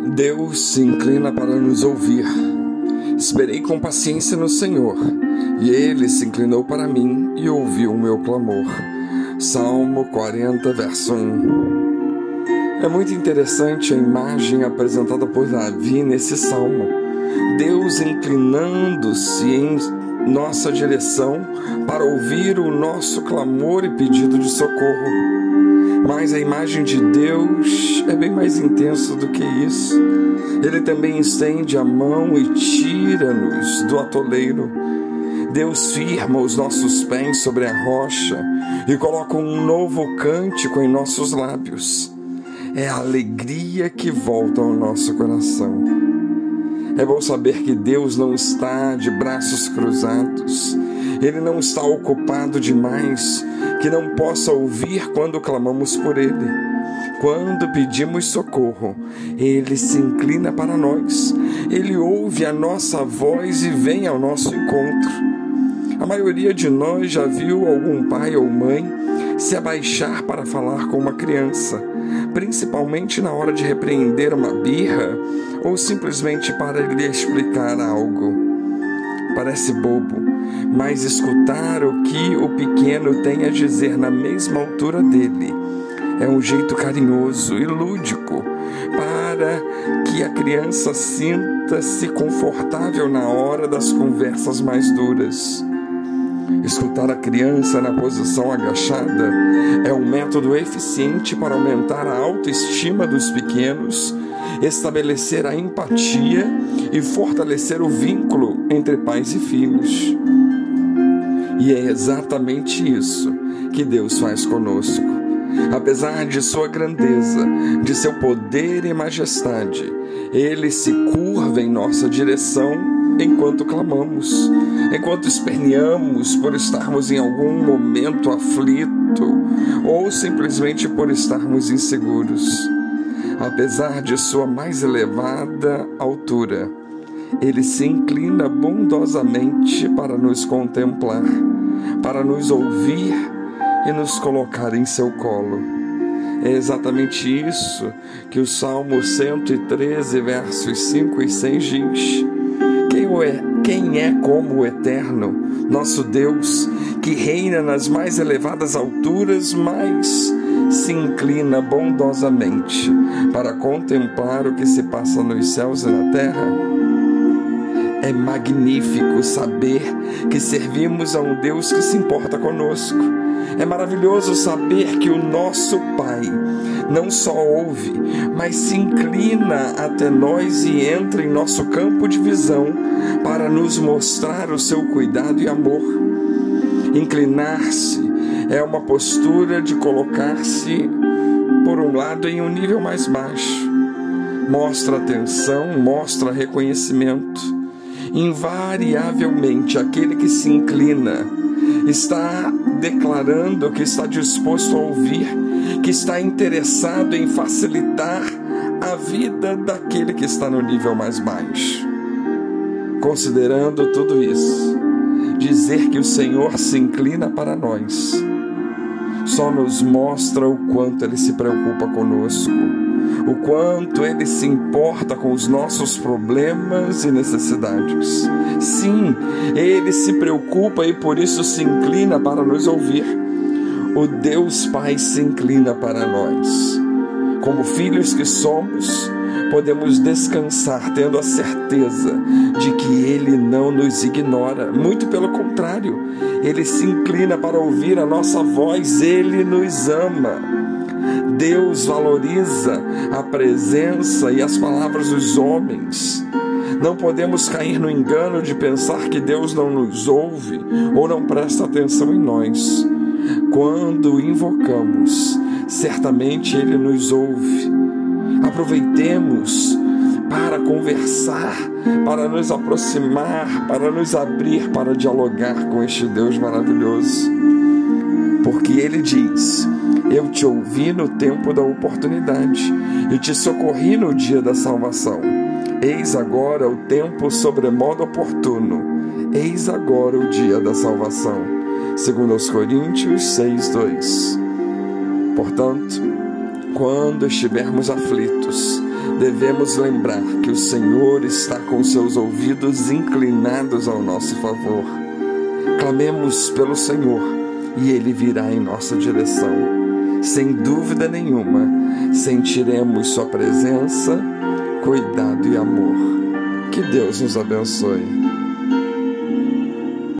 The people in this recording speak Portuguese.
Deus se inclina para nos ouvir. Esperei com paciência no Senhor, e Ele se inclinou para mim e ouviu o meu clamor. Salmo 40, verso 1. É muito interessante a imagem apresentada por Davi nesse salmo. Deus inclinando-se em nossa direção para ouvir o nosso clamor e pedido de socorro. Mas a imagem de Deus é bem mais intensa do que isso. Ele também estende a mão e tira-nos do atoleiro. Deus firma os nossos pés sobre a rocha e coloca um novo cântico em nossos lábios. É a alegria que volta ao nosso coração. É bom saber que Deus não está de braços cruzados. Ele não está ocupado demais que não possa ouvir quando clamamos por Ele. Quando pedimos socorro, Ele se inclina para nós. Ele ouve a nossa voz e vem ao nosso encontro. A maioria de nós já viu algum pai ou mãe se abaixar para falar com uma criança, principalmente na hora de repreender uma birra ou simplesmente para lhe explicar algo. Parece bobo, mas escutar o que o pequeno tem a dizer na mesma altura dele é um jeito carinhoso e lúdico para que a criança sinta-se confortável na hora das conversas mais duras. Escutar a criança na posição agachada é um método eficiente para aumentar a autoestima dos pequenos, estabelecer a empatia e fortalecer o vínculo entre pais e filhos. E é exatamente isso que Deus faz conosco. Apesar de sua grandeza, de seu poder e majestade, Ele se curva em nossa direção enquanto clamamos, enquanto esperneamos por estarmos em algum momento aflito ou simplesmente por estarmos inseguros. Apesar de sua mais elevada altura, Ele se inclina bondosamente para nos contemplar, para nos ouvir e nos colocar em seu colo. É exatamente isso que o Salmo 113, versos 5 e 6 diz. Quem é como o Eterno, nosso Deus, que reina nas mais elevadas alturas, mas se inclina bondosamente para contemplar o que se passa nos céus e na terra? É magnífico saber que servimos a um Deus que se importa conosco. É maravilhoso saber que o nosso Pai não só ouve, mas se inclina até nós e entra em nosso campo de visão para nos mostrar o seu cuidado e amor. Inclinar-se é uma postura de colocar-se, por um lado, em um nível mais baixo. Mostra atenção, mostra reconhecimento. Invariavelmente, aquele que se inclina está declarando que está disposto a ouvir, que está interessado em facilitar a vida daquele que está no nível mais baixo. Considerando tudo isso, dizer que o Senhor se inclina para nós só nos mostra o quanto Ele se preocupa conosco, o quanto Ele se importa com os nossos problemas e necessidades. Sim, Ele se preocupa e por isso se inclina para nos ouvir. O Deus Pai se inclina para nós. Como filhos que somos, podemos descansar tendo a certeza de que Ele não nos ignora. Muito pelo contrário, Ele se inclina para ouvir a nossa voz. Ele nos ama. Deus valoriza a presença e as palavras dos homens. Não podemos cair no engano de pensar que Deus não nos ouve ou não presta atenção em nós. Quando o invocamos, certamente Ele nos ouve. Aproveitemos para conversar, para nos aproximar, para nos abrir, para dialogar com este Deus maravilhoso. Porque Ele diz: eu te ouvi no tempo da oportunidade e te socorri no dia da salvação. Eis agora o tempo sobremodo oportuno. Eis agora o dia da salvação. 2 Coríntios 6:2. Portanto, quando estivermos aflitos, devemos lembrar que o Senhor está com seus ouvidos inclinados ao nosso favor. Clamemos pelo Senhor e Ele virá em nossa direção. Sem dúvida nenhuma, sentiremos sua presença, cuidado e amor. Que Deus nos abençoe.